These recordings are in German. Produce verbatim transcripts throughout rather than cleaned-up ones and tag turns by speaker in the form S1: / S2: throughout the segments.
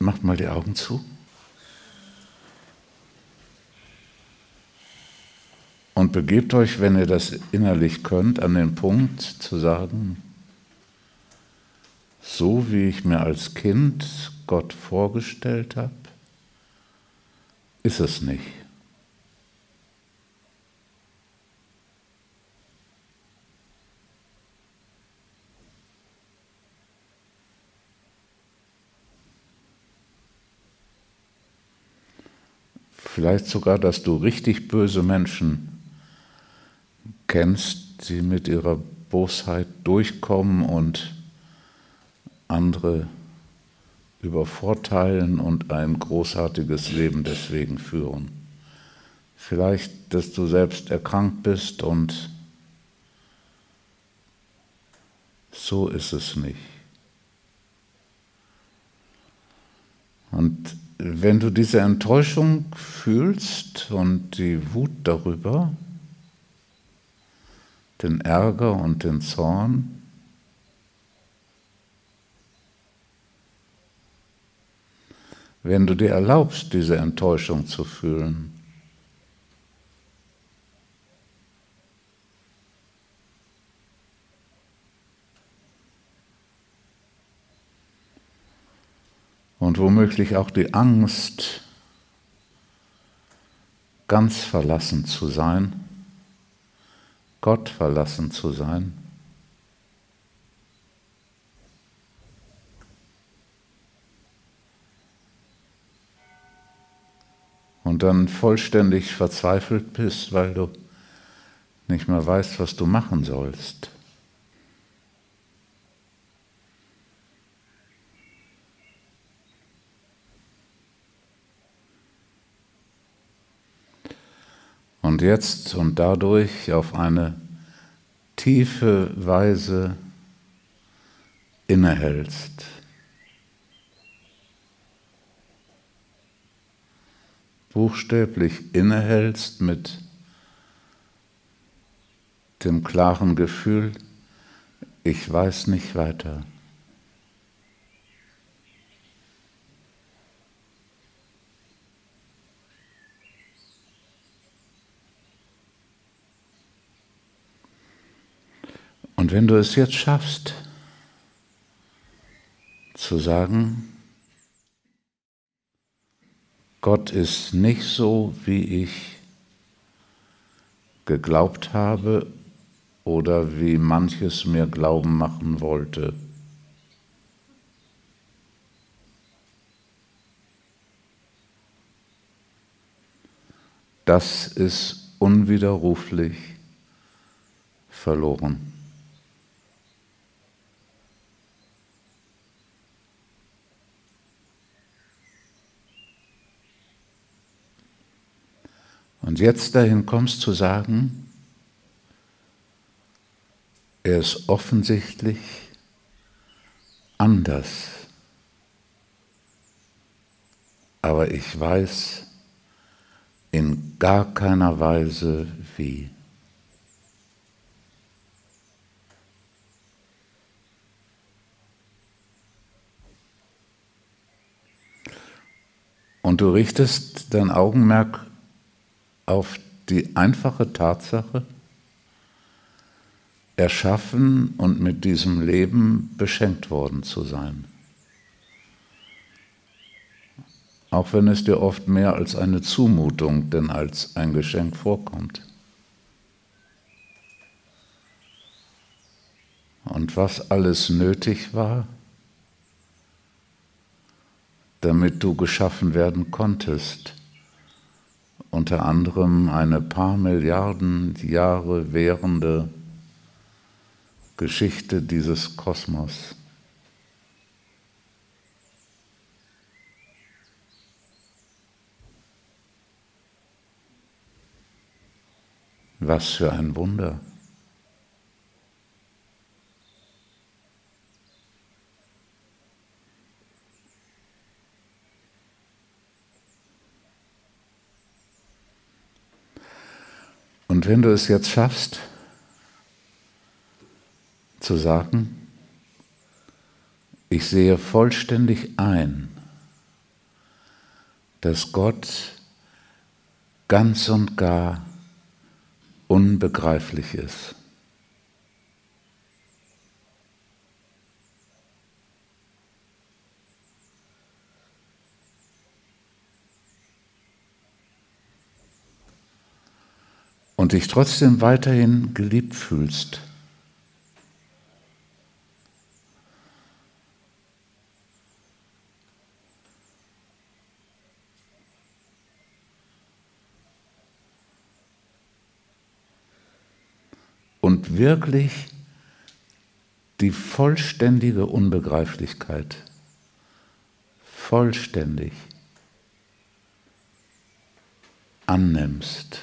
S1: Macht mal die Augen zu. Und begebt euch, wenn ihr das innerlich könnt, an den Punkt zu sagen, so wie ich mir als Kind Gott vorgestellt habe, ist es nicht. Vielleicht sogar, dass du richtig böse Menschen kennst, die mit ihrer Bosheit durchkommen und andere übervorteilen und ein großartiges Leben deswegen führen. Vielleicht, dass du selbst erkrankt bist und so ist es nicht. Und wenn du diese Enttäuschung fühlst und die Wut darüber, den Ärger und den Zorn, wenn du dir erlaubst, diese Enttäuschung zu fühlen, und womöglich auch die Angst, ganz verlassen zu sein, Gott verlassen zu sein, und dann vollständig verzweifelt bist, weil du nicht mehr weißt, was du machen sollst. Und jetzt und dadurch auf eine tiefe Weise innehältst. Buchstäblich innehältst mit dem klaren Gefühl, ich weiß nicht weiter. Und wenn du es jetzt schaffst, zu sagen, Gott ist nicht so, wie ich geglaubt habe oder wie manches mir glauben machen wollte. Das ist unwiderruflich verloren. Und jetzt dahin kommst zu sagen, er ist offensichtlich anders, aber ich weiß in gar keiner Weise wie. Und du richtest dein Augenmerk auf die einfache Tatsache, erschaffen und mit diesem Leben beschenkt worden zu sein. Auch wenn es dir oft mehr als eine Zumutung denn als ein Geschenk vorkommt. Und was alles nötig war, damit du geschaffen werden konntest, unter anderem eine paar Milliarden Jahre währende Geschichte dieses Kosmos. Was für ein Wunder! Und wenn du es jetzt schaffst, zu sagen, ich sehe vollständig ein, dass Gott ganz und gar unbegreiflich ist. Und dich trotzdem weiterhin geliebt fühlst. Und wirklich die vollständige Unbegreiflichkeit, vollständig annimmst.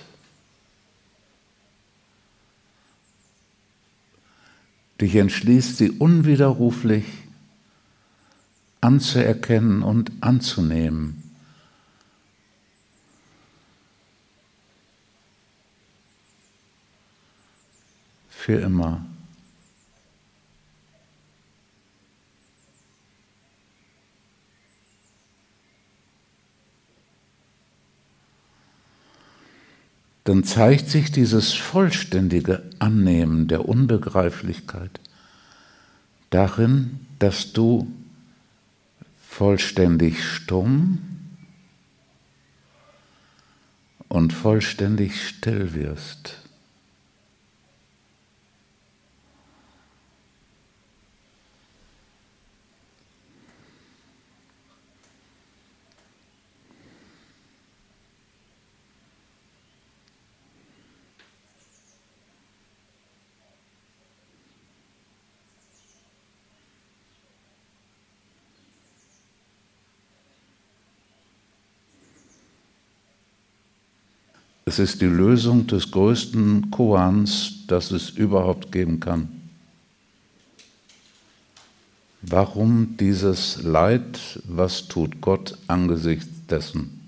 S1: Dich entschließt, sie unwiderruflich anzuerkennen und anzunehmen. Für immer. Dann zeigt sich dieses vollständige Annehmen der Unbegreiflichkeit darin, dass du vollständig stumm und vollständig still wirst. Es ist die Lösung des größten Koans, das es überhaupt geben kann. Warum dieses Leid? Was tut Gott angesichts dessen?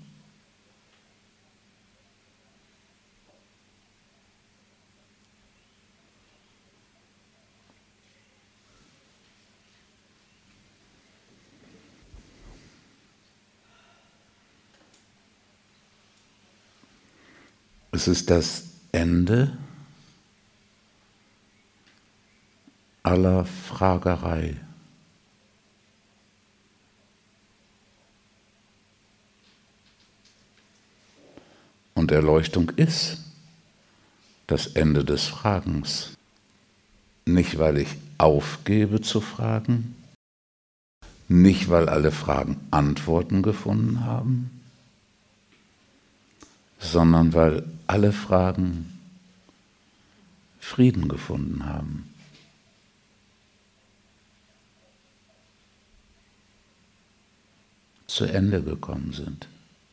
S1: Es ist das Ende aller Fragerei. Und Erleuchtung ist das Ende des Fragens. Nicht, weil ich aufgebe zu fragen, nicht, weil alle Fragen Antworten gefunden haben, sondern weil alle Fragen Frieden gefunden haben. Zu Ende gekommen sind.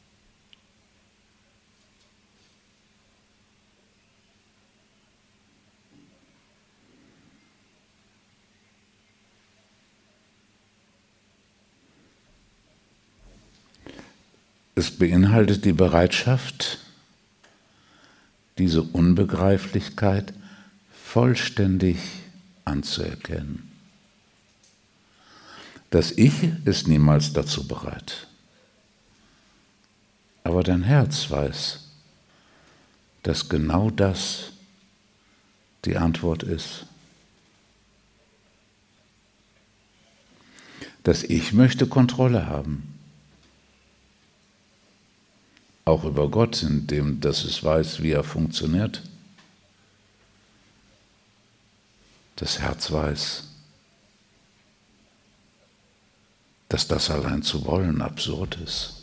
S1: Es beinhaltet die Bereitschaft, diese Unbegreiflichkeit vollständig anzuerkennen. Das Ich ist niemals dazu bereit. Aber dein Herz weiß, dass genau das die Antwort ist. Das Ich möchte Kontrolle haben. Auch über Gott, indem dass es weiß, wie er funktioniert. Das Herz weiß, dass das allein zu wollen absurd ist.